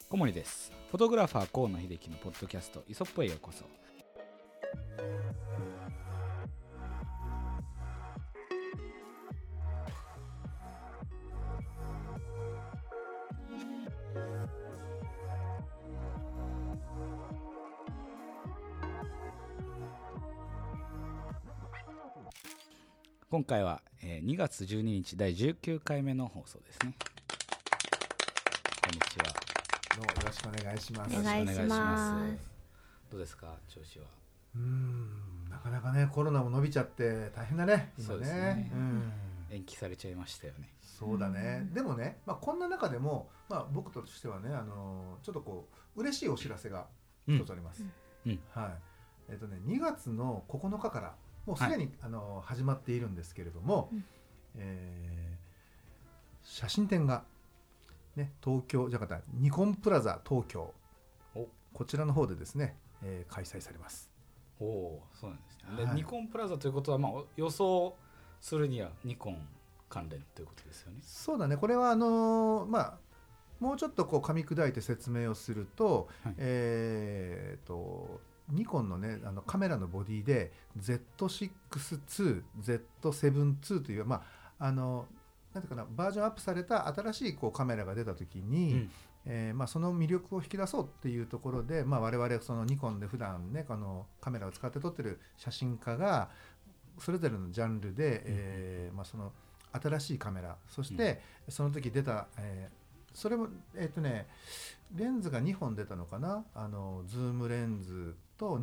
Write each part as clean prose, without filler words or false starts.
小森です。フォトグラファー河野秀樹のポッドキャストイソップへようこそ。今回は2月12日第19回目の放送ですね。こんにちは。 どうもよろしくお願いします。 お願いします。 どうですか、調子は。 なかなかねコロナも伸びちゃって大変だね今ね。 そうですね、延期されちゃいましたよね。 そうだね。でもね、こんな中でも、僕としてはね、ちょっとこう嬉しいお知らせが一つあります。はい。2月の9日からもうすでに、始まっているんですけれども、写真展がね、東京じゃなかったニコンプラザ東京、こちらの方でですね、開催されます。 おお、そうなんですね。でニコンプラザということは、予想するにはニコン関連ということですよね。 そうだね。これはもうちょっとこう噛み砕いて説明をすると、ニコンのねカメラのボディで Z6-2、Z7-2 というなんていうかな、バージョンアップされた新しいこうカメラが出た時に、その魅力を引き出そうっていうところで、我々そのニコンで普段ねカメラを使って撮ってる写真家がそれぞれのジャンルで、その新しいカメラ、そしてその時出た、それもレンズが2本出たのかな、ズームレンズと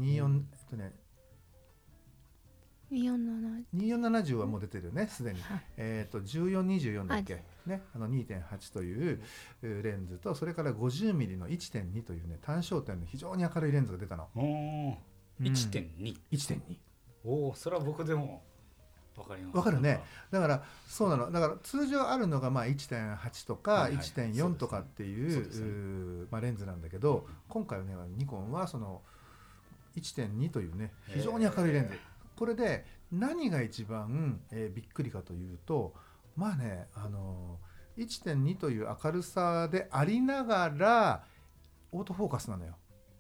24、2470はもう出てるよねすでに、1424だっけね、2.8 というレンズと、それから 50mm の 1.2 というね単焦点の非常に明るいレンズが出たの。 1.2、おお、それは僕でも分かります。 分かるね。だからそうなの。だから通常あるのが1.8 とか 1.4 とかっていうレンズなんだけど、今回はねニコンはその 1.2 というね非常に明るいレンズ。これで何が一番、びっくりかというと、1.2 という明るさでありながらオートフォーカスなのよ。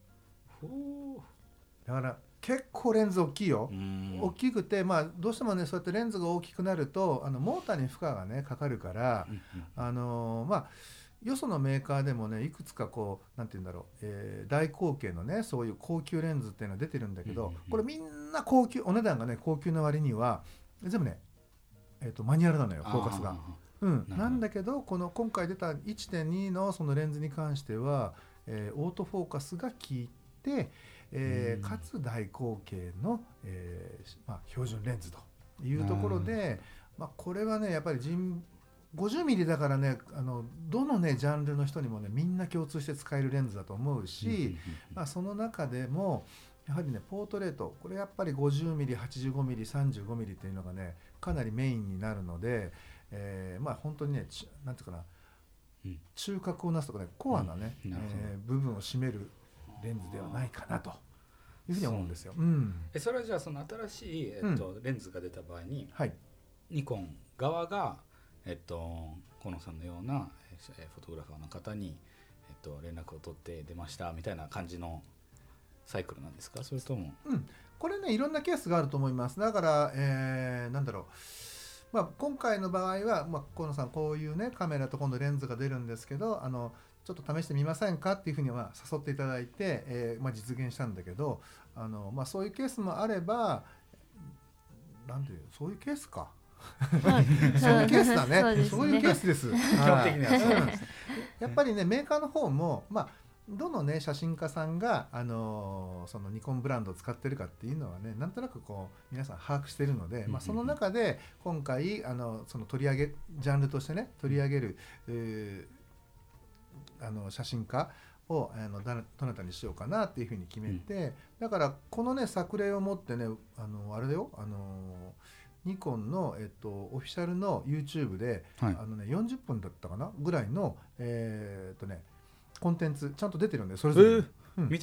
だから結構レンズ大きいよ。大きくて、どうしてもねそうやってレンズが大きくなるとモーターに負荷がねかかるから、よそのメーカーでもねいくつかこうなんていうんだろう、大口径のねそういう高級レンズっていうのが出てるんだけど、これみんな高級、お値段がね高級な割には全部ね、マニュアルなのよフォーカスが。なんだけど今回出た 1.2 のそのレンズに関しては、オートフォーカスが効いて、かつ大口径の、標準レンズというところで、これはねやっぱり50mm だからねどのねジャンルの人にもねみんな共通して使えるレンズだと思うし、その中でもやはりねポートレート、これやっぱり 50mm、85mm、35mm っていうのがねかなりメインになるので、本当にねなんていうかな、中核をなすとかねコアなね、部分を占めるレンズではないかなというふうに思うんですよ。 それはじゃあその新しい、レンズが出た場合に、ニコン側が河野さんのようなフォトグラファーの方に、連絡を取って出ましたみたいな感じのサイクルなんですか、それとも。 これねいろんなケースがあると思います。だから、なんだろう、今回の場合は、河野さんこういうねカメラと今度レンズが出るんですけどちょっと試してみませんかっていうふうには誘っていただいて、実現したんだけど、そういうケースもあれば、なんていうそういうケースかそういうケースだね。そういうケースです。基本的にはやっぱりねメーカーの方もどのね写真家さんがそのニコンブランドを使ってるかっていうのはねなんとなくこう皆さん把握しているので、その中で今回その取り上げジャンルとしてね取り上げる、写真家をどなたにしようかなっていうふうに決めて、だからこのね作例を持ってねあれだよ、ニコンの、オフィシャルの YouTube で、40分だったかなぐらいのコンテンツちゃんと出てるんで、それぞれ、 見てみたい。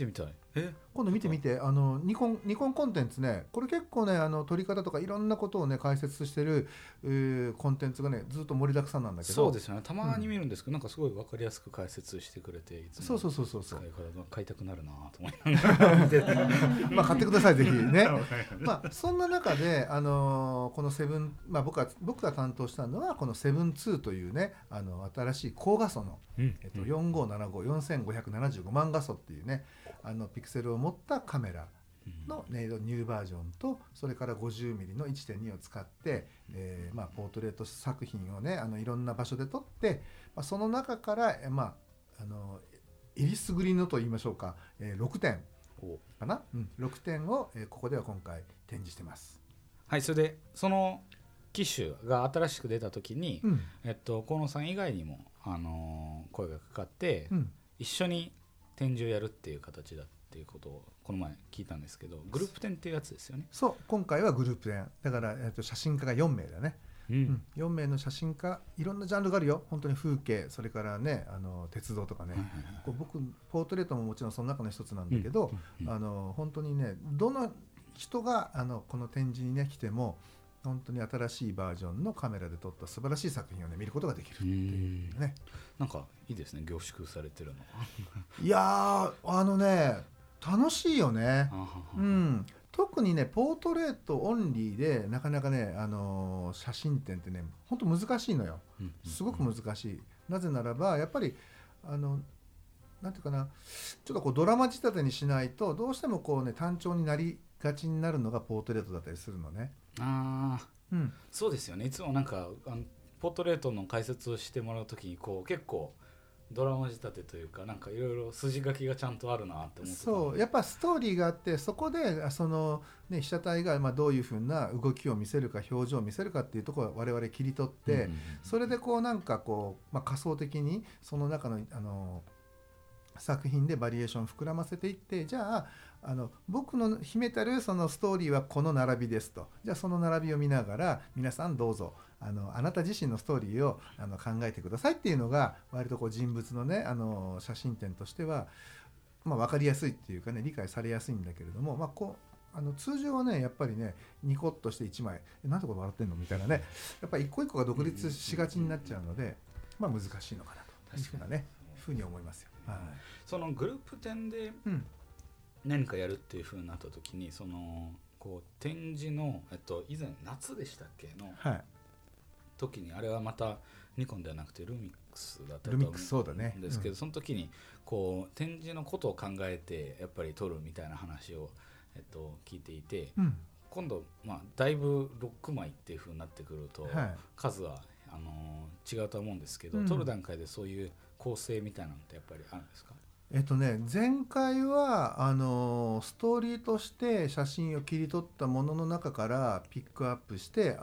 今度見てみて、ニコンコンテンツね、これ結構ね撮り方とかいろんなことをね解説してるコンテンツがねずっと盛りだくさんなんだけど。 そうですよね、たまに見るんですけど、なんかすごい分かりやすく解説してくれて、いつも使い方が買いたくなるなと思いながら見ててまあ買ってくださいぜひねまあそんな中で、このセブン、まあ、僕が担当したのはこのセブン2というね新しい高画素の、45754575万画素っていうねピクセルを持ったカメラの、ニューバージョンと、それから 50mm の 1.2 を使って、まあ、ポートレート作品をねいろんな場所で撮って、まあ、その中から、まあ、えりすぐりのと言いましょうか、6点かな、6点を、ここでは今回展示してます。 はい、それでその機種が新しく出た時に、河野さん以外にも、声がかかって、一緒に展示をやるっていう形だっていうことをこの前聞いたんですけど、グループ展っていうやつですよね。 そう、今回はグループ展だから、写真家が4名だね、4名の写真家、いろんなジャンルがあるよ。本当に風景、それからね鉄道とかね、僕ポートレートももちろんその中の一つなんだけど、本当にねどの人がこの展示にね来ても本当に新しいバージョンのカメラで撮った素晴らしい作品をね見ることができるっていうね。 なんかいいですね、凝縮されてるのいやね楽しいよね。特にねポートレートオンリーでなかなかね写真展ってね本当難しいのよ。すごく難しい。なぜならばやっぱりなんていうかな、ちょっとこうドラマ仕立てにしないとどうしてもこうね単調になりがちになるのがポートレートだったりするのね。 そうですよね。いつもなんかポートレートの解説をしてもらうときにこう結構ドラマ仕立てというか、なんかいろいろ筋書きがちゃんとあるなって思ってた。 そうやっぱストーリーがあって、そこでその、ね、被写体がどういうふうな動きを見せるか表情を見せるかっていうところを我々切り取って、それでこうなんかこう、仮想的にその中の作品でバリエーションを膨らませていって、じゃあ僕の秘めたるそのストーリーはこの並びですと、じゃあその並びを見ながら皆さんどうぞあなた自身のストーリーを考えてくださいっていうのが割とこう人物のね写真展としては、分かりやすいっていうかね理解されやすいんだけれども、こう通常はねやっぱりねニコッとして1枚なんでこれ笑ってんのみたいなね、やっぱり一個一個が独立しがちになっちゃうので、難しいのかなというふうに思いますよ。 そのグループ展で何かやるっていう風になった時に、そのこう展示の、以前夏でしたっけの、時にあれはまたニコンではなくてルミックスだったと思うんですけど、その時にこう展示のことを考えてやっぱり撮るみたいな話を、聞いていて、今度、だいぶ6枚っていう風になってくると、数は違うと思うんですけど、撮る段階でそういう構成みたいなのってやっぱりあるんですか？ 前回はストーリーとして写真を切り取ったものの中からピックアップして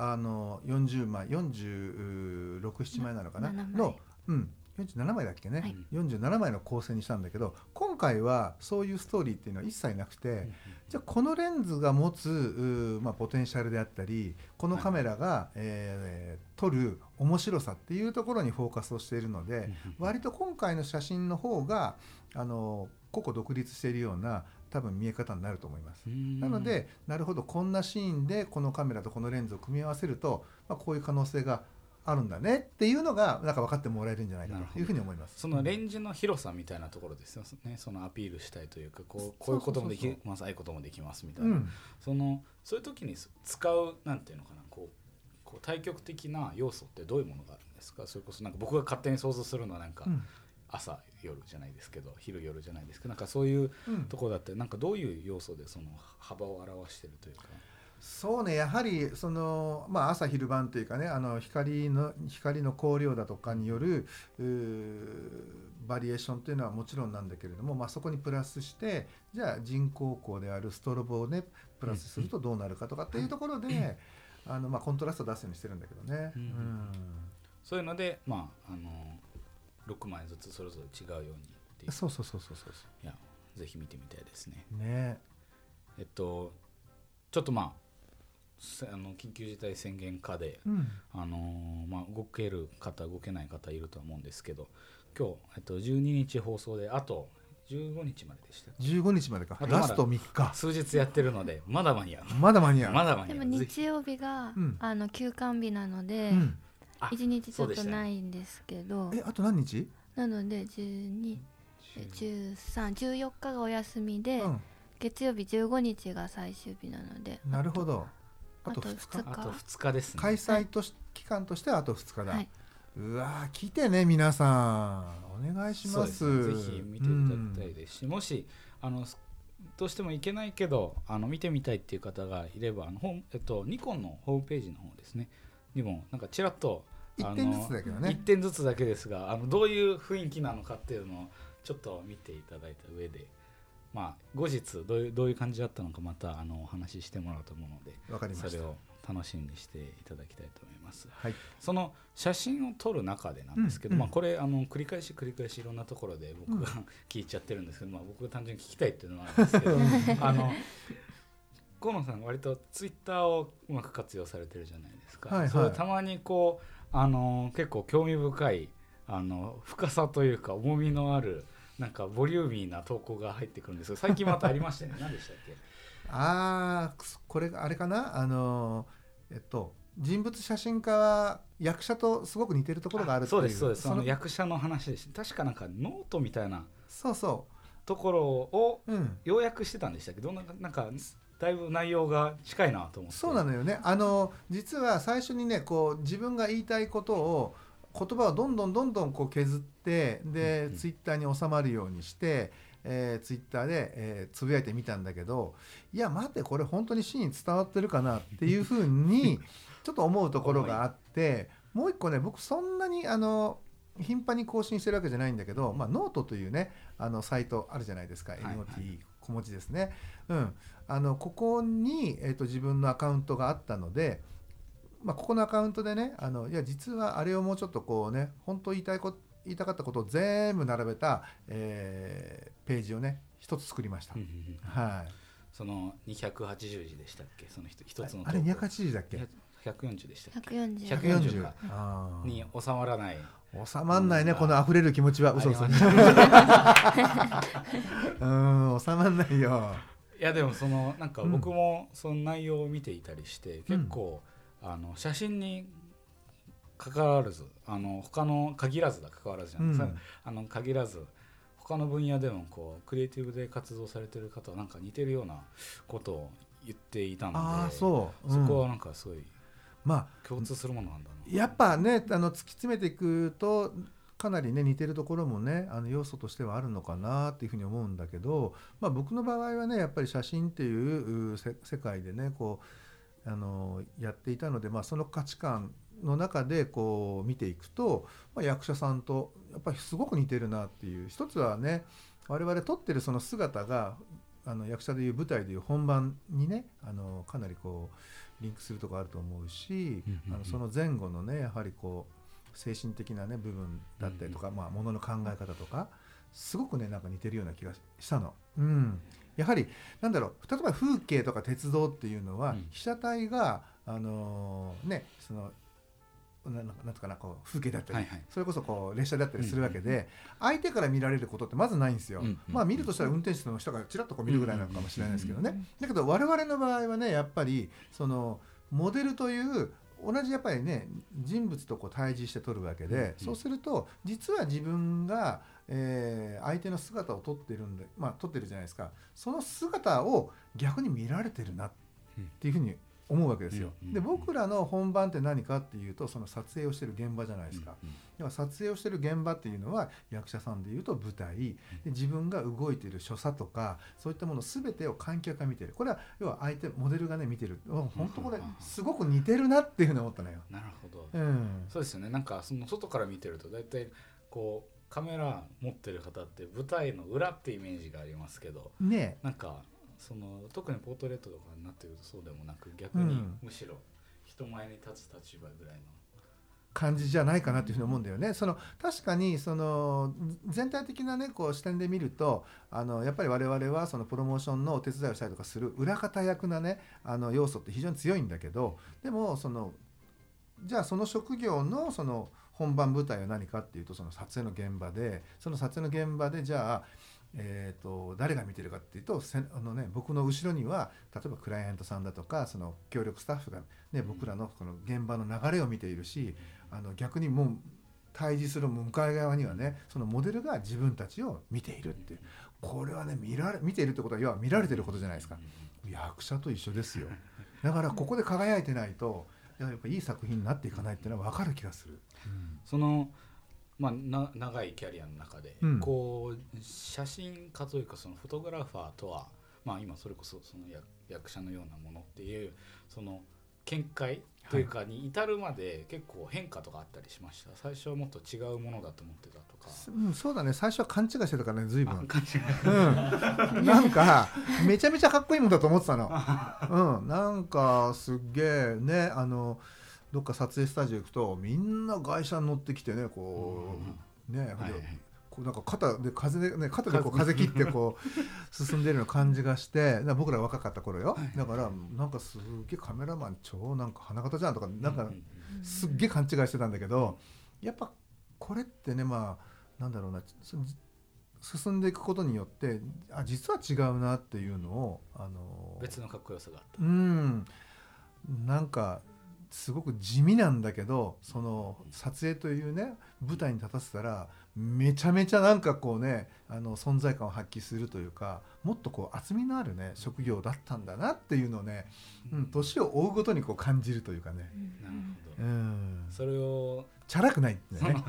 40枚46、7枚なのかなの、47枚だっけね、47枚の構成にしたんだけど、今回はそういうストーリーっていうのは一切なくて、じゃあこのレンズが持つポテンシャルであったり、このカメラが、撮る面白さっていうところにフォーカスをしているので、割と今回の写真の方が個々独立しているような多分見え方になると思います。なのでなるほど、こんなシーンでこのカメラとこのレンズを組み合わせると、こういう可能性があるんだねっていうのがなんか分かってもらえるんじゃないかというふうに思います。 そのレンジの広さみたいなところですよね。そのアピールしたいというか、こういうこともできます、ああいうこともできますみたいな、そういう時に使うなんていうのかな、こう対極的な要素ってどういうものがあるんですか？それこそなんか僕が勝手に想像するのはなんか、朝夜じゃないですけど昼夜じゃないですけど、なんかそういうところだってなんかどういう要素でその幅を表しているというか。 そうね、やはりその、朝昼晩というかね光の光量だとかによるバリエーションというのはもちろんなんだけれども、そこにプラスしてじゃあ人工光であるストロボをねプラスするとどうなるかとかっていうところで、コントラストを出すようにしてるんだけどね。 そういうので6枚ずつそれぞれ違うようにっていう。 そう。 いやぜひ見てみたいですね。ちょっと緊急事態宣言下で、動ける方動けない方いるとは思うんですけど、今日、12日放送であと 15日まででした 15日までか、ラスト3日数日やってるのでまだ間に合うまだ間に合うでも日曜日が、休館日なので、1日ちょっとないんですけど、 あと何日なので12、13、14日がお休みで、月曜日15日が最終日なので。 なるほど。 あと2日。 あと2日ですね。 開催期間としてはあと2日だ。うわ来てね皆さんお願いします。 ぜひ見ていただきたいですし、もしどうしても行けないけど見てみたいっていう方がいればニコンのホームページの方ですねにもなんかちらっと 1点ずつだけどね、 1点ずつだけですがどういう雰囲気なのかっていうのをちょっと見ていただいた上で、後日どういう感じだったのかまたお話ししてもらうと思うので、 わかりました。 それを楽しみにしていただきたいと思います。 はい、 その写真を撮る中でなんですけど、これ繰り返しいろんなところで僕が聞いちゃってるんですけど、僕が単純に聞きたいっていうのはあるんですけど河野さん割とツイッターをうまく活用されてるじゃないですか。それたまにこう結構興味深い深さというか重みのあるなんかボリューミーな投稿が入ってくるんですけど、最近またありましたね。何でしたっけ？ これあれかな、人物写真家は役者とすごく似てるところがあるっていう。 そうです。その役者の話でした。確かなんかノートみたいなところを要約してたんでしたけど、なんかだいぶ内容が近いなと思って。 そうなのよね。実は最初にねこう自分が言いたいことを言葉をどんどんこう削ってで、ツイッターに収まるようにして、ツイッターで、つぶやいてみたんだけど、いや待ってこれ本当に真に伝わってるかなっていうふうにちょっと思うところがあってもう一個ね僕そんなに頻繁に更新してるわけじゃないんだけど、ノートというねサイトあるじゃないですか、NOT 小文字ですね、ここに、自分のアカウントがあったので、ここのアカウントでねいや実はあれをもうちょっとこうね本当言いたかったことを全部並べた、ページをね一つ作りました。はい。 その280字でしたっけ？その一つのあれ280字だっけ ？140でしたっけ ？140 に収まらない。 収まんないね、この溢れる気持ちは。嘘収まんないよ。 いやでもなんか僕もその内容を見ていたりして、結構写真に関わらず他の限らずじゃないですか、限らず他の分野でもこうクリエイティブで活動されてる方はなんか似てるようなことを言っていたので、そこはなんかすごい共通するものなんだな。 やっぱね突き詰めていくとかなりね似てるところもね要素としてはあるのかなっていうふうに思うんだけど、僕の場合はねやっぱり写真っていう世界でねこうやっていたので、その価値観の中でこう見ていくと、役者さんとやっぱりすごく似てるなっていう。一つはね我々撮ってるその姿が役者でいう舞台でいう本番にねかなりこうリンクするところあると思うし、その前後のねやはりこう精神的なね部分だったりとか、ものの考え方とかすごくねなんか似てるような気がしたの。やはりなんだろう、例えば風景とか鉄道っていうのは、被写体がねそのなんとかなこう風景だったり、それこそこう列車だったりするわけで、相手から見られることってまずないんですよ。見るとしたら運転手の人がちらっとこう見るぐらいなのかもしれないですけどね。だけど我々の場合はねやっぱりそのモデルという同じやっぱりね人物とこう対峙して撮るわけで、そうすると実は自分が相手の姿を撮ってるんで撮ってるじゃないですか。その姿を逆に見られてるなっていうふうに思うわけですよ。で僕らの本番って何かっていうとその撮影をしてる現場じゃないですか。要は撮影をしてる現場っていうのは役者さんでいうと舞台で、自分が動いてる所作とかそういったもの全てを観客が見てる。これは要は相手モデルがね見てる。本当これすごく似てるなっていうふうに思ったのよ。 なるほど、そうですよね。なんかその外から見てるとだいたいこうカメラ持ってる方って舞台の裏ってイメージがありますけど、なんかその特にポートレートとかになってるとそうでもなく、逆にむしろ人前に立つ立場ぐらいの感じじゃないかなというふうに思うんだよね。確かにその全体的なねこう視点で見るとやっぱり我々はそのプロモーションのお手伝いをしたりとかする裏方役なね要素って非常に強いんだけど、でもじゃあその職業のその本番舞台は何かっていうとその撮影の現場で、その撮影の現場でじゃあ誰が見てるかっていうと僕の後ろには例えばクライアントさんだとかその協力スタッフが、ね、僕らのこの現場の流れを見ているし逆にもう対峙する向かい側にはねそのモデルが自分たちを見ているっていうこれはね見ているってことは要は見られてることじゃないですか。役者と一緒ですよ。だからここで輝いてないとやっぱいい作品になっていかないっていうのは分かる気がする。 その長いキャリアの中で、こう写真家というかそのフォトグラファーとは、今それこそその役者のようなものっていうその見解というかに至るまで結構変化とかあったりしました。最初はもっと違うものだと思ってたとか。 そうだね。最初は勘違いしてたからね随分。なんかめちゃめちゃかっこいいもんだと思ってたの。なんかすっげえねどっか撮影スタジオ行くとみんな外車に乗ってきてねこうね、こうなんか肩でこう風切ってこう進んでるような感じがして僕ら若かった頃よ、だからなんかすっげえカメラマン超なんか花形じゃんとかなんかすっげえ勘違いしてたんだけど、やっぱこれってねなんだろうな進んでいくことによって実は違うなっていうのを別のかっこよさがあった。 なんかすごく地味なんだけどその撮影というね舞台に立たせたらめちゃめちゃなんかこうね存在感を発揮するというかもっとこう厚みのあるね職業だったんだなっていうのをね年を追うごとにこう感じるというかね。 なるほど。それをチャラくないってね。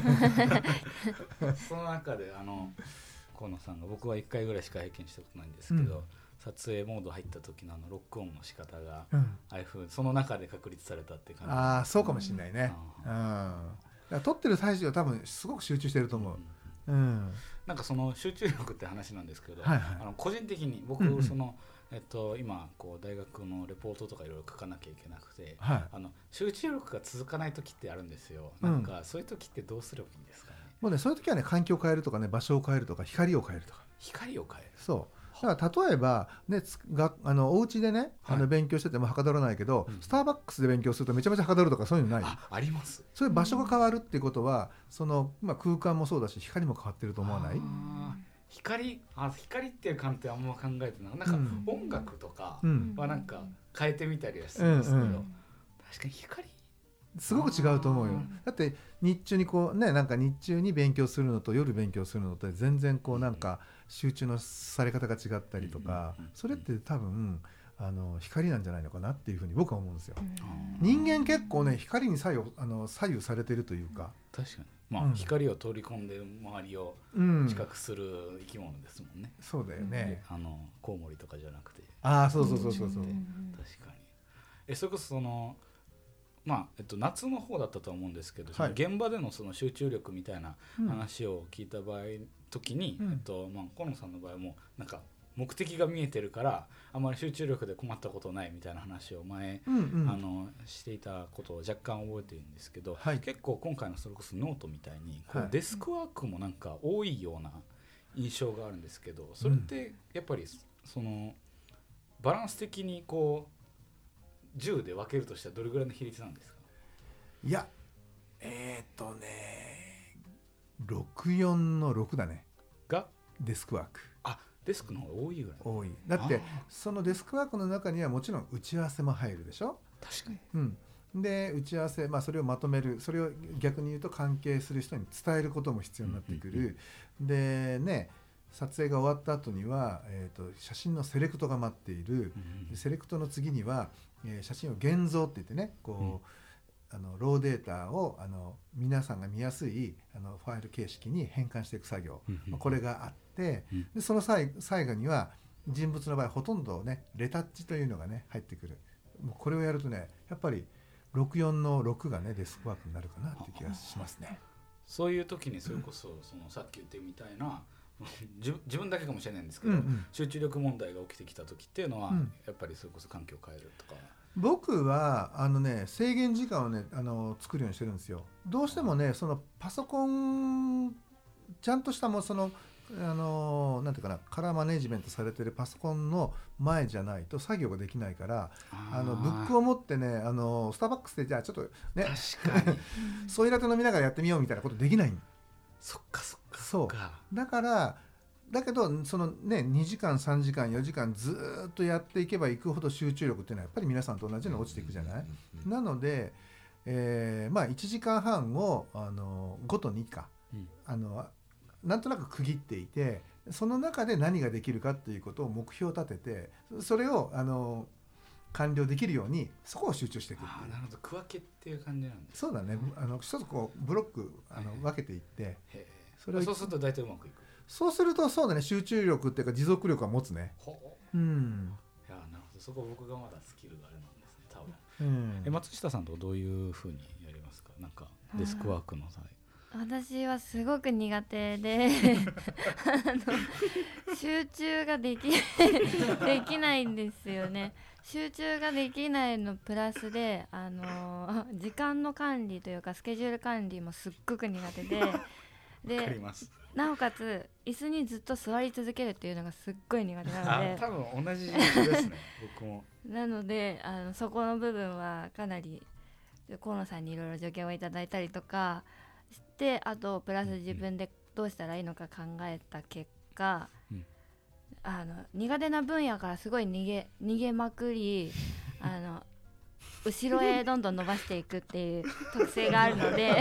その中で河野さんが僕は1回ぐらいしか拝見したことないんですけど、撮影モード入った時のロックオンの仕方が、ああいう風にその中で確立されたって感じ。 そうかもしれないね。撮ってる最中は多分すごく集中してると思う。 なんかその集中力って話なんですけど、個人的に僕今こう大学のレポートとかいろいろ書かなきゃいけなくて、集中力が続かない時ってあるんですよ。なんかそういう時ってどうすればいいんですかね。 もうねそういう時はね環境を変えるとかね場所を変えるとか光を変えるとか。 光を変える。 そう。だから例えば、ね、お家でね勉強しててもはかどらないけど、スターバックスで勉強するとめちゃめちゃはかどるとかそういうのない？ あります。 そういう場所が変わるっていうことはその、空間もそうだし光も変わってると思わない？ 光っていう観点はあんま考えてない。なんか音楽とかはなんか変えてみたりはするんですけど、確かに光すごく違うと思うよ。だって日中にこうねなんか日中に勉強するのと夜勉強するのと全然こうなんか集中のされ方が違ったりとか、それって多分光なんじゃないのかなっていうふうに僕は思うんですよ。人間結構ね光に左右されてるというか。 確かに光を取り込んで周りを近くする生き物ですもんね。 そうだよね。 コウモリとかじゃなくて。 そう確かに。それこそその夏の方だったと思うんですけど、その現場でのその集中力みたいな話を聞いた場合時に、河野さんの場合もなんか目的が見えてるからあまり集中力で困ったことないみたいな話を前、していたことを若干覚えてるんですけど、結構今回のそれこそノートみたいにこうデスクワークもなんか多いような印象があるんですけど、それってやっぱりそのバランス的にこう10で分けるとしたらどれぐらいの比率なんですか？ いや64の6だねがデスクワーク。 デスクの方が多いぐらい。 多い。だってそのデスクワークの中にはもちろん打ち合わせも入るでしょ。 確かに。で打ち合わせ、それをまとめる、それを逆に言うと関係する人に伝えることも必要になってくる。でね撮影が終わった後には、写真のセレクトが待っている。セレクトの次には、写真を現像って言ってねこう、ローデータを皆さんが見やすいファイル形式に変換していく作業、これがあって、でその最後には人物の場合ほとんどねレタッチというのがね入ってくる。もうこれをやるとねやっぱり64の6がねデスクワークになるかなっていう気がしますね。 そういう時にそれこそ、そのさっき言ってみたいな自分だけかもしれないんですけど、集中力問題が起きてきた時っていうのは、やっぱりそれこそ環境を変えるとか。 僕は制限時間をね作るようにしてるんですよ。どうしてもねそのパソコンちゃんとしたもうそのなんていうかなカラーマネジメントされてるパソコンの前じゃないと作業ができないから、ブックを持ってねスターバックスでじゃあちょっとね確かにソイラテ飲みながらやってみようみたいなことできない。 そっかそうだからだけどそのね2時間3時間4時間ずっとやっていけばいくほど集中力っていうのはやっぱり皆さんと同じように落ちていくじゃない。なので、まあ1時間半をごとにか、なんとなく区切っていて、その中で何ができるかっていうことを目標を立てて、それを完了できるようにそこを集中していくっていう。 なるほど、区分けっていう感じなんです。 そうだね。一つこうブロック分けていって、 そうすると大体うまくいく。 そうするとそうだね、集中力っていうか持続力は持つね。 いやなるほど、そこ僕がまだスキルがあれなんですね多分。松下さんとどういうふうにやりますか。なんかデスクワークの際。 私はすごく苦手で集中ができないんですよね。集中ができないのプラスで、時間の管理というかスケジュール管理もすっごく苦手ででなおかつ椅子にずっと座り続けるっていうのがすっごい苦手なので、 多分同じですね僕も。 なのでそこの部分はかなり河野さんにいろいろ助言をいただいたりとかして、あとプラス自分でどうしたらいいのか考えた結果、苦手な分野からすごい逃げまくり後ろへどんどん伸ばしていくっていう特性があるので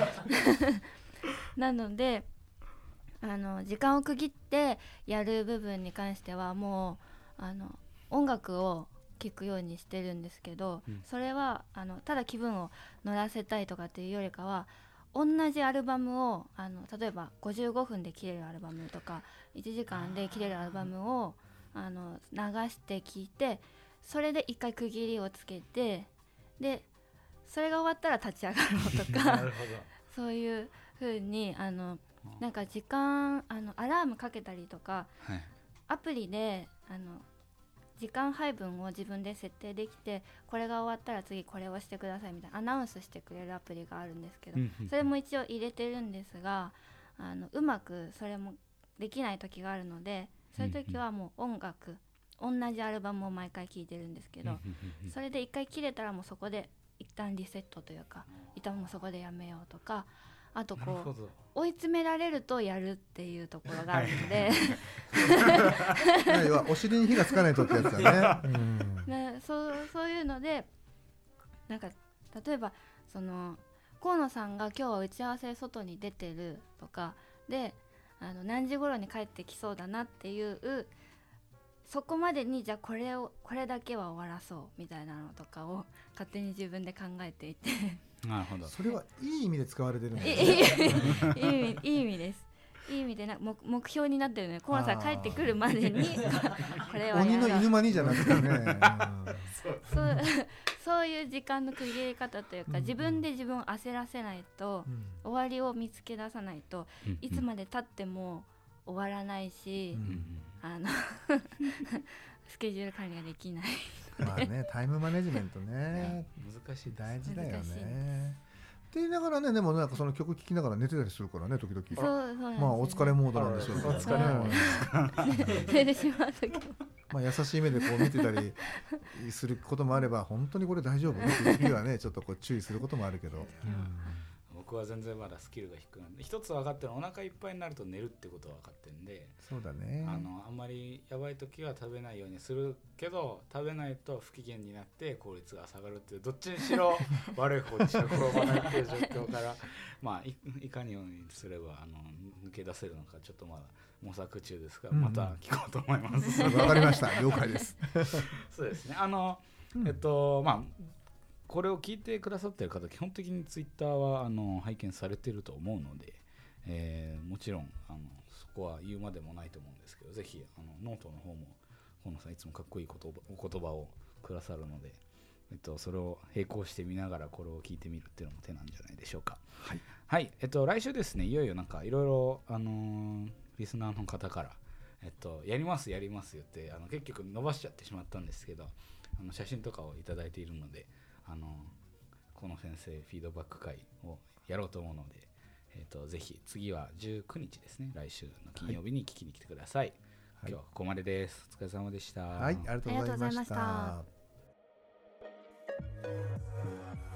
なので時間を区切ってやる部分に関してはもう音楽を聴くようにしてるんですけど、それはただ気分を乗らせたいとかっていうよりかは、同じアルバムを例えば55分で聴れるアルバムとか1時間で聴れるアルバムを流して聴いて、それで一回区切りをつけて、でそれが終わったら立ち上がろうとかそういう風になんか時間アラームかけたりとか、アプリで時間配分を自分で設定できて、これが終わったら次これをしてくださいみたいなアナウンスしてくれるアプリがあるんですけど、それも一応入れてるんですがうまくそれもできない時があるので、そういう時はもう音楽同じアルバムを毎回聴いてるんですけど、それで一回切れたらもうそこで一旦リセットというか、一旦もうそこでやめようとか、あとこう追い詰められるとやるっていうところがあるので要はお尻に火がつかないとってやつだね。 そういうので、なんか例えば河野さんが今日は打ち合わせ外に出てるとかで何時頃に帰ってきそうだなっていうそこまでにじゃあこれだけは終わらそうみたいなのとかを勝手に自分で考えていてなるほど。 それはいい意味で使われてるんですね。いい意味です。いい意味で目標になってるので、河野さん帰ってくるまでにこれはやろう。 鬼の犬間にじゃなくてねそういう時間の区切り方というか、自分で自分を焦らせないと、終わりを見つけ出さないと、いつまで経っても終わらないし、スケジュール管理ができないまあね、タイムマネジメントね難しい、 大事だよねって言いながらね、でもなんかその曲聴きながら寝てたりするからね、時々。 そうね、 まあお疲れモードなんでしょうけど、 お疲れモード寝てしまう時もまあ優しい目でこう見てたりすることもあれば、本当にこれ大丈夫っていう時はねちょっとこう注意することもあるけど、 僕は全然まだスキルが低いので、一つ分かってるのはお腹いっぱいになると寝るってことは分かってるんで、 そうだね、 あんまりやばい時は食べないようにするけど、食べないと不機嫌になって効率が下がるっていう、どっちにしろ悪い方にしか転ばないっていう状況からまあ いかにすれば抜け出せるのかちょっとまだ模索中ですが、また聞こうと思います。 わかりました、了解ですそうですね、まあこれを聞いてくださっている方、基本的にツイッターは拝見されていると思うので、もちろんそこは言うまでもないと思うんですけど、ぜひノートの方も河野さんいつもかっこいいお言葉をくださるので、それを並行して見ながらこれを聞いてみるっていうのも手なんじゃないでしょうか。はい、はい、来週ですね、いよいよなんかいろいろリスナーの方からやります言って結局伸ばしちゃってしまったんですけど、写真とかをいただいているので、この先生フィードバック会をやろうと思うので、ぜひ次は19日ですね、来週の金曜日に聞きに来てください。今日はここまでです。お疲れ様でした。 はい、ありがとうございました。